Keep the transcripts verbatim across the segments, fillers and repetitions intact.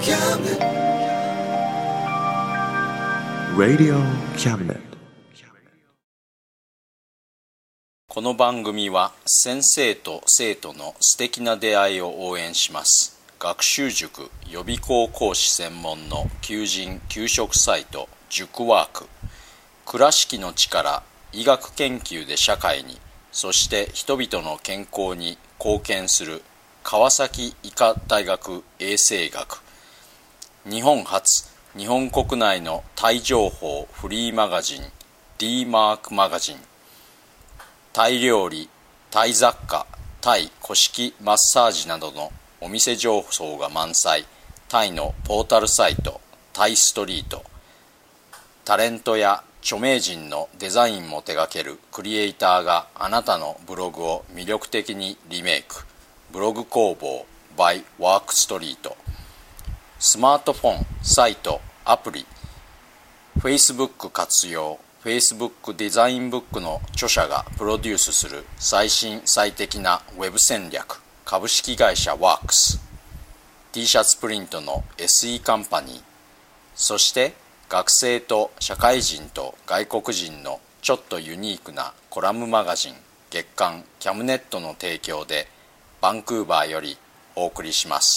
Radio Cabinet。 この番組は先生と生徒の素敵な出会いを応援します。学習塾予備校講師専門の求人・求職サイト塾ワーク。倉敷の力、医学研究で社会に、そして人々の健康に貢献する川崎医科大学衛生学。日本初、日本国内のタイ情報フリーマガジン D マークマガジン。タイ料理、タイ雑貨、タイ古式マッサージなどのお店情報が満載。タイのポータルサイトタイストリート。タレントや著名人のデザインも手掛けるクリエイターがあなたのブログを魅力的にリメイク。ブログ工房 by ワークストリート。スマートフォン、サイト、アプリ、Facebook 活用。Facebook デザインブックの著者がプロデュースする最新最適なウェブ戦略。株式会社ワークス。T シャツプリントの エスイー カンパニー。そして学生と社会人と外国人のちょっとユニークなコラムマガジン月刊キャムネットの提供でバンクーバーよりお送りします。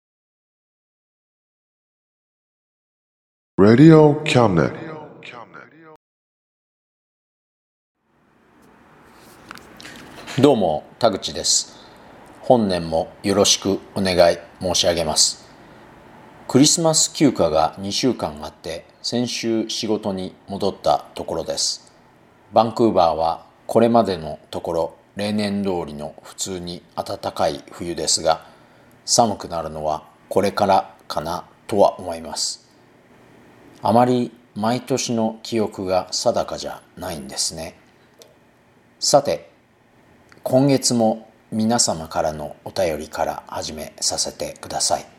Radio Cabinet。 どうも田口です。本年もよろしくお願い申し上げます。クリスマス休暇がにしゅうかんあって先週仕事に戻ったところです。バンクーバーはこれまでのところ例年通りの普通に暖かい冬ですが、寒くなるのはこれからかなとは思います。あまり毎年の記憶が定かじゃないんですね。さて、今月も皆様からのお便りから始めさせてください。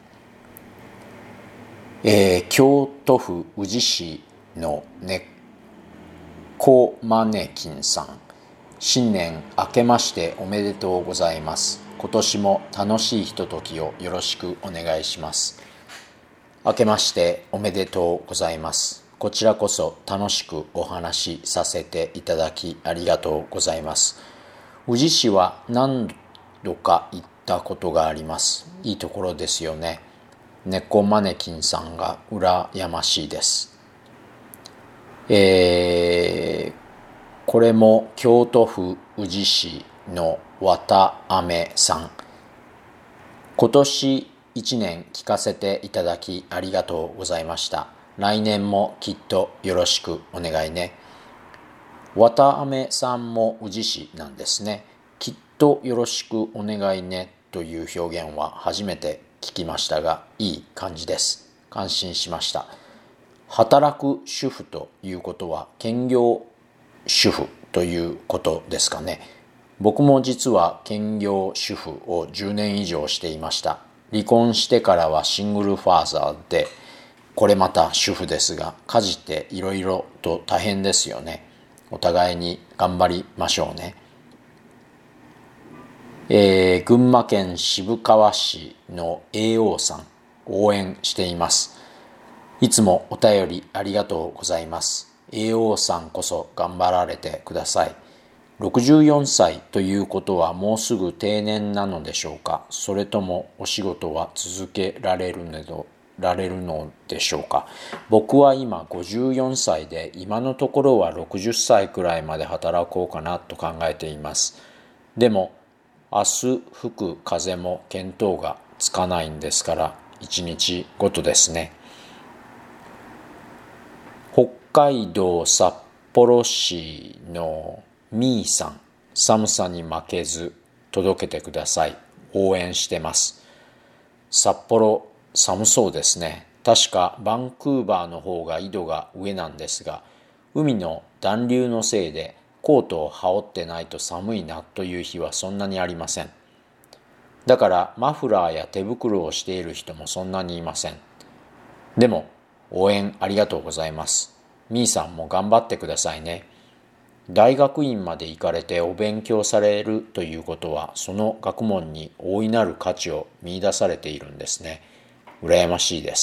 えー、京都府宇治市のねっこまねきんさん、新年明けましておめでとうございます。今年も楽しいひとときをよろしくお願いします。明けましておめでとうございます。こちらこそ楽しくお話しさせていただきありがとうございます。宇治市は何度か行ったことがあります。いいところですよね。猫マネキンさんが羨ましいです。えー、これも京都府宇治市の綿飴さん。今年一年聞かせていただきありがとうございました。来年もきっとよろしくお願いね。綿飴さんも宇治市なんですね。きっとよろしくお願いねという表現は初めて聞きましたが、いい感じです。感心しました。働く主婦ということは兼業主婦ということですかね。僕も実は兼業主婦をじゅうねん以上していました。離婚してからはシングルファーザーで、これまた主婦ですが、家事っていろいろと大変ですよね。お互いに頑張りましょうね。えー、群馬県渋川市の エーオー さん、応援しています。いつもお便りありがとうございます。エーオー さんこそ頑張られてください。ろくじゅうよんさいということはもうすぐ定年なのでしょうか。それともお仕事は続けられるのられるのでしょうか。僕は今ごじゅうよんさいで、今のところはろくじゅっさいくらいまで働こうかなと考えています。でも明日吹く風も見当がつかないんですから、一日ごとですね。北海道札幌市のみーさん、寒さに負けず届けてください。応援してます。札幌寒そうですね。確かバンクーバーの方が緯度が上なんですが、海の暖流のせいでコートを羽織ってないと寒いなという日はそんなにありません。だからマフラーや手袋をしている人もそんなにいません。でも応援ありがとうございます。みーさんも頑張ってくださいね。大学院まで行かれてお勉強されるということは、その学問に大いなる価値を見出されているんですね。 羨ましいです。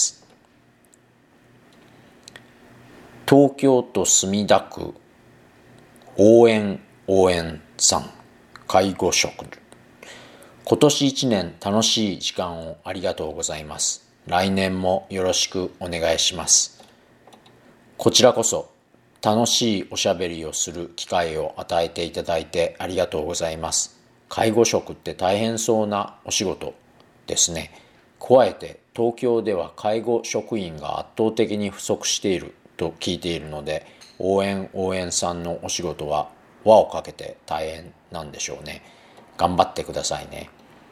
東京都墨田区応援応援さん、介護職。今年一年楽しい時間をありがとうございます。来年もよろしくお願いします。こちらこそ楽しいおしゃべりをする機会を与えていただいてありがとうございます。介護職って大変そうなお仕事ですね。加えて東京では介護職員が圧倒的に不足していると聞いているので、応援応援さんのお仕事は輪をかけて大変なんでしょうね。頑張ってくださいね。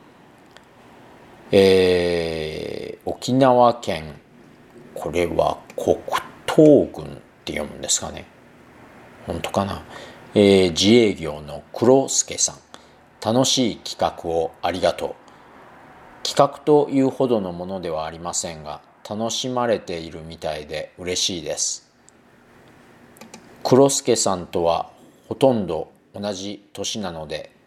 えー、沖縄県、これは黒東郡って読むんですかね。本当かな。えー、自営業の黒助さん、楽しい企画をありがとう。企画というほどのものではありませんが、楽しまれているみたいで嬉しいです。黒助さんとはほとんど同じ年なので、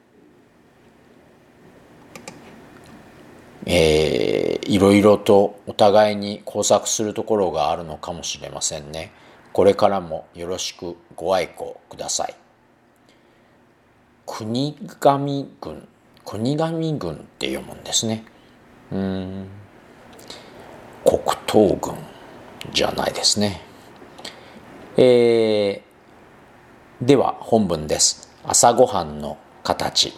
えー、いろいろとお互いに交錯するところがあるのかもしれませんね。これからもよろしくご愛顧ください。国頭郡、国頭郡って読むんですね。うーん、黒東郡じゃないですね。えー、では本文です。朝ごはんの形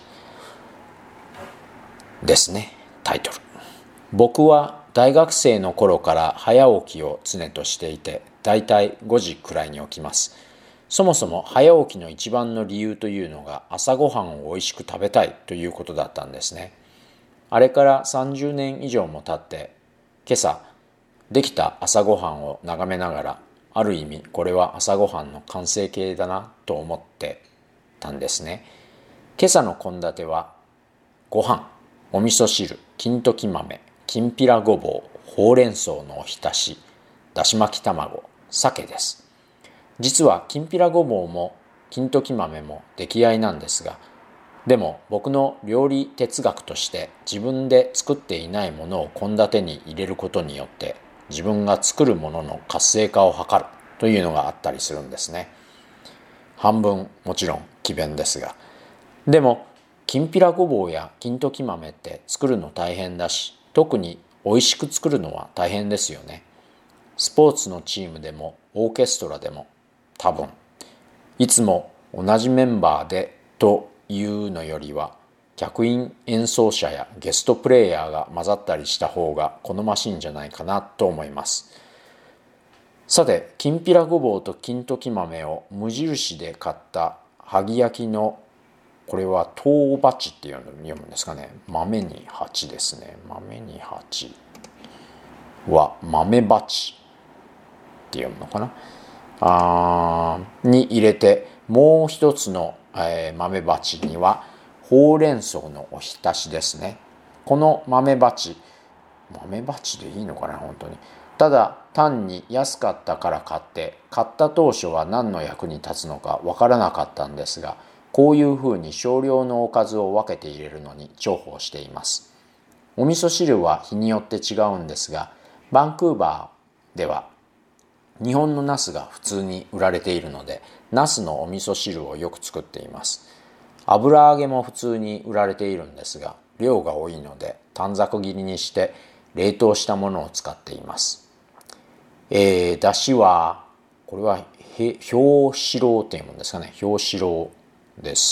ですね。タイトル。僕は大学生の頃から早起きを常としていて、だいたいごじくらいに起きます。そもそも早起きの一番の理由というのが、朝ごはんをおいしく食べたいということだったんですね。あれからさんじゅうねん以上も経って、今朝できた朝ごはんを眺めながら、ある意味これは朝ごはんの完成形だなと思ってたんですね。今朝の献立は、ご飯、お味噌汁、金時豆、きんぴらごぼう、ほうれん草のおひたし、だし巻き卵、鮭です。実はきんぴらごぼうも金時豆も出来合いなんですが、でも僕の料理哲学として、自分で作っていないものを献立に入れることによって自分が作るものの活性化を図るというのがあったりするんですね。半分もちろん詭弁ですが、でもきんぴらごぼうや金時豆って作るの大変だし、特に美味しく作るのは大変ですよね。スポーツのチームでもオーケストラでも、多分いつも同じメンバーでというのよりは、客員演奏者やゲストプレイヤーが混ざったりした方が好ましいんじゃないかなと思います。さて、きんぴらごぼうと金時豆を無印で買った萩焼きの、これは唐鉢って読むんですかね。豆に鉢ですね。豆に鉢は豆鉢って読むのかな。あに入れて、もう一つの、えー、豆鉢にはほうれん草のおひたしですね。この豆鉢、豆鉢でいいのかな本当に。ただ単に安かったから買って、買った当初は何の役に立つのかわからなかったんですが、こういうふうに少量のおかずを分けて入れるのに重宝しています。お味噌汁は日によって違うんですが、バンクーバーでは日本のナスが普通に売られているので、ナスのお味噌汁をよく作っています。油揚げも普通に売られているんですが、量が多いので短冊切りにして冷凍したものを使っています。えー、だしはこれはひょうしろうっていうもんですかね。ひょうしろうです。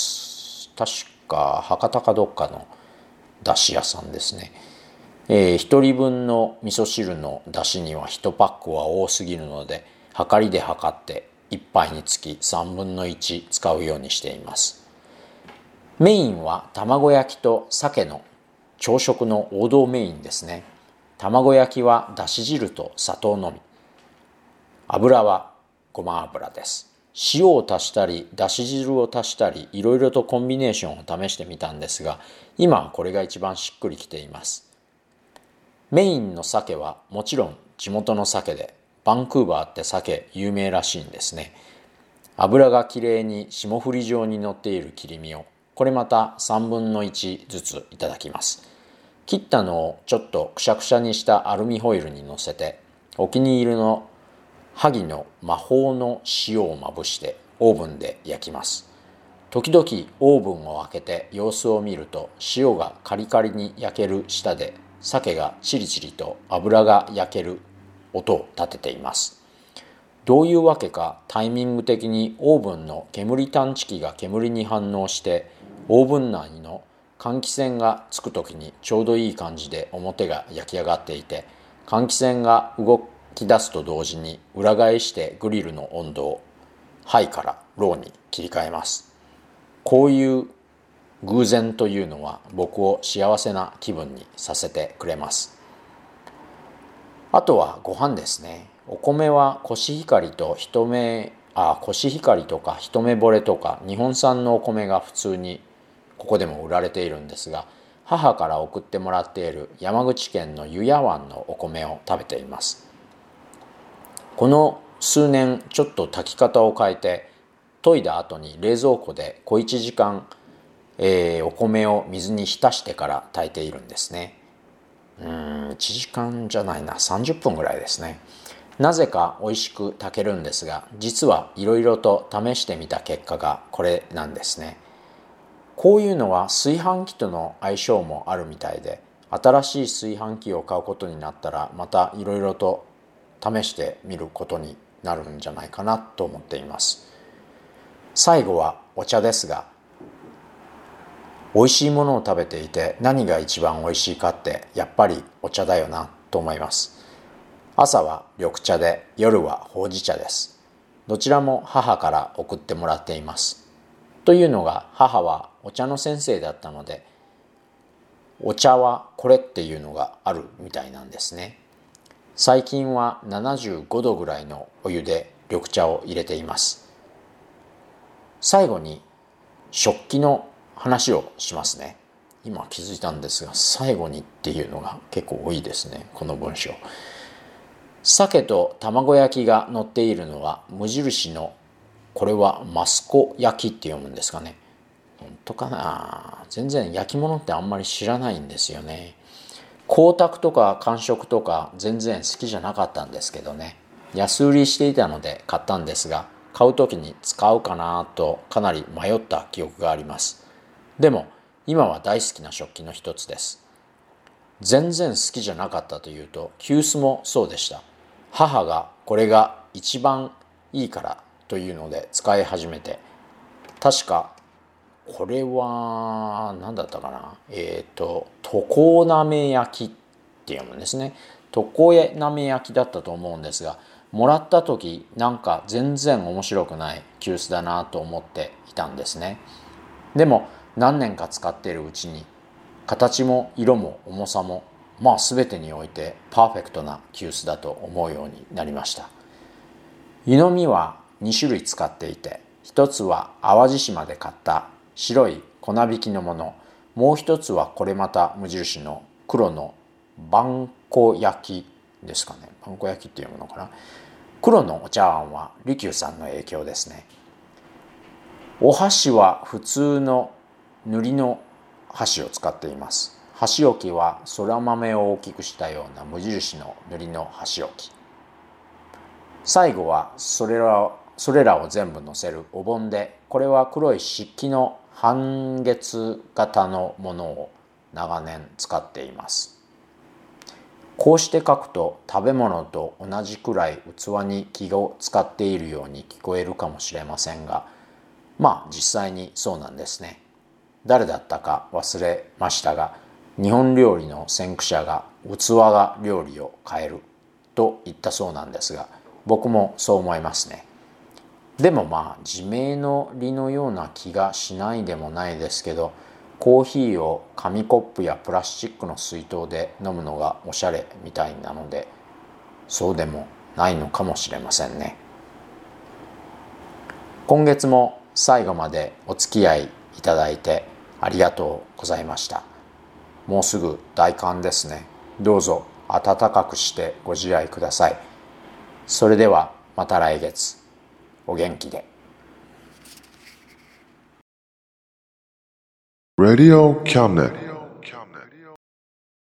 確か博多かどっかのだし屋さんですね。えー、ひとりぶんの味噌汁のだしにはいちパックは多すぎるので、はかりで測っていっぱいにつきさんぶんのいち使うようにしています。メインは卵焼きと鮭の朝食の王道メインですね。卵焼きはだし汁と砂糖のみ。油はごま油です。塩を足したりだし汁を足したり、いろいろとコンビネーションを試してみたんですが、今はこれが一番しっくりきています。メインの鮭はもちろん地元の鮭で、バンクーバーって鮭有名らしいんですね。油がきれいに霜降り状に乗っている切り身を、これまたさんぶんのいちずついただきます。 切ったのをちょっとくしゃくしゃにしたアルミホイルにのせて、お気に入りの萩の魔法の塩をまぶしてオーブンで焼きます。時々オーブンを開けて様子を見ると、塩がカリカリに焼ける下で鮭がチリチリと油が焼ける音を立てています。どういうわけかタイミング的にオーブンの煙探知機が煙に反応して、オーブン内の換気扇がつくときにちょうどいい感じで表が焼き上がっていて、換気扇が動き出すと同時に裏返してグリルの温度をハイからローに切り替えます。こういう偶然というのは僕を幸せな気分にさせてくれます。あとはご飯ですね。お米はコシヒカリと一目あコシヒカリとか一目惚れとか日本産のお米が普通にここでも売られているんですが、母から送ってもらっている山口県の湯屋湾のお米を食べています。この数年ちょっと炊き方を変えて、研いだ後に冷蔵庫で小いちじかん、えー、お米を水に浸してから炊いているんですね。うーんいちじかんじゃないな、さんじゅっぷんぐらいですね。なぜか美味しく炊けるんですが、実はいろいろと試してみた結果がこれなんですね。こういうのは炊飯器との相性もあるみたいで、新しい炊飯器を買うことになったらまたいろいろと試してみることになるんじゃないかなと思っています。最後はお茶ですが、美味しいものを食べていて何が一番美味しいかってやっぱりお茶だよなと思います。朝は緑茶で夜はほうじ茶です。どちらも母から送ってもらっています。というのが、母はお茶の先生だったので、お茶はこれっていうのがあるみたいなんですね。最近はななじゅうごどぐらいのお湯で緑茶を入れています。最後に食器の話をしますね。今気づいたんですが、最後にっていうのが結構多いですね、この文章。鮭と卵焼きが載っているのは無印の、これはマスコ焼きって読むんですかね。本当かな。全然焼き物ってあんまり知らないんですよね。光沢とか感触とか全然好きじゃなかったんですけどね。安売りしていたので買ったんですが、買う時に使うかなとかなり迷った記憶があります。でも今は大好きな食器の一つです。全然好きじゃなかったというと、急須もそうでした。母がこれが一番いいからというので使い始めて、確かこれは何だったかな、えっと常滑焼きって読むんですね。常滑焼きだったと思うんですが、もらった時なんか全然面白くない急須だなと思っていたんですね。でも何年か使っているうちに、形も色も重さもまあ全てにおいてパーフェクトな急須だと思うようになりました。湯飲みはに種類使っていて、一つは淡路島で買った白い粉引きのもの、もう一つはこれまた無印の黒の萬古焼きですかね。萬古焼きっていうものかな。黒のお茶碗は利休さんの影響ですね。お箸は普通の塗りの箸を使っています。箸置きはそら豆を大きくしたような無印の塗りの箸置き。最後はそれらそれらを全部乗せるお盆で、これは黒い漆器の半月型のものを長年使っています。こうして書くと食べ物と同じくらい器に気を使っているように聞こえるかもしれませんが、まあ実際にそうなんですね。誰だったか忘れましたが、日本料理の先駆者が器が料理を変えると言ったそうなんですが、僕もそう思いますね。でもまあ自明の理のような気がしないでもないですけど、コーヒーを紙コップやプラスチックの水筒で飲むのがおしゃれみたいなので、そうでもないのかもしれませんね。今月も最後までお付き合いいただいてありがとうございました。もうすぐ大寒ですね。どうぞ暖かくしてご自愛ください。それではまた来月。お元気で。 Radio Cabinet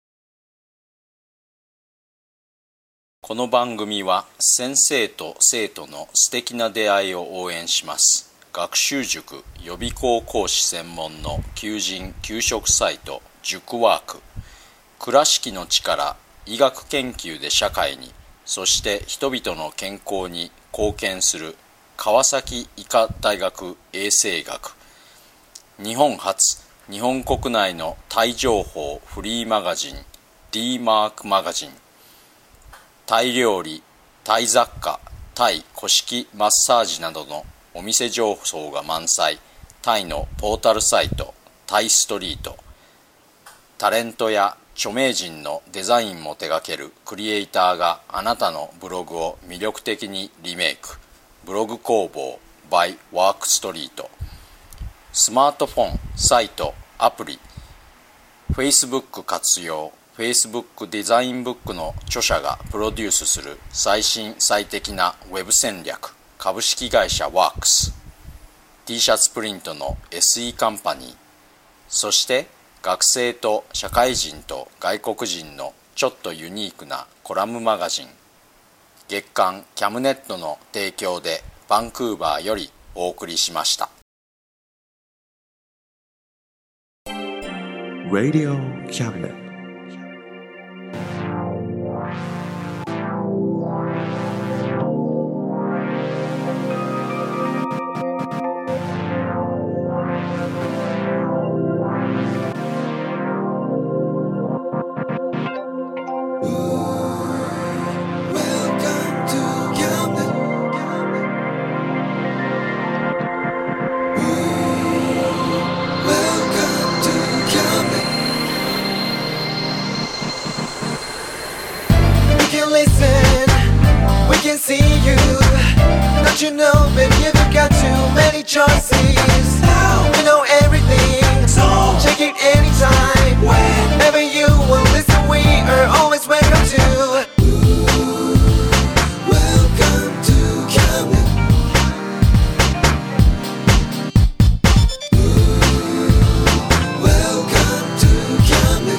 この番組は先生と生徒の素敵な出会いを応援します。学習塾予備校講師専門の求人・求職サイト塾ワーク。倉敷の力、医学研究で社会に、そして人々の健康に貢献する川崎医科大学衛生学。日本初、日本国内のタイ情報フリーマガジン D マークマガジン。タイ料理、タイ雑貨、タイ古式マッサージなどのお店情報が満載。タイのポータルサイトタイストリート。タレントや著名人のデザインも手掛けるクリエイターがあなたのブログを魅力的にリメイク。ブログ工房 by ワークストリート。スマートフォン、サイト、アプリ、Facebook 活用。Facebook デザインブックの著者がプロデュースする最新最適なウェブ戦略。株式会社ワークス。 T シャツプリントの エスイー カンパニー。そして学生と社会人と外国人のちょっとユニークなコラムマガジン。月刊キャムネットの提供でバンクーバーよりお送りしました。 Radio Cabinet. Listen, we can see you. Don't you know, baby, you've got too many choices. Now we know everything, so check it anytime. Whenever you will listen, we are always welcome to. Welcome to Camden. Welcome to Camden.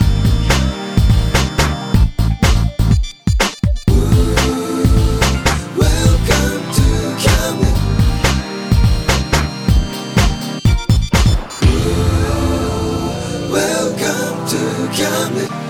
Welcome to Camden.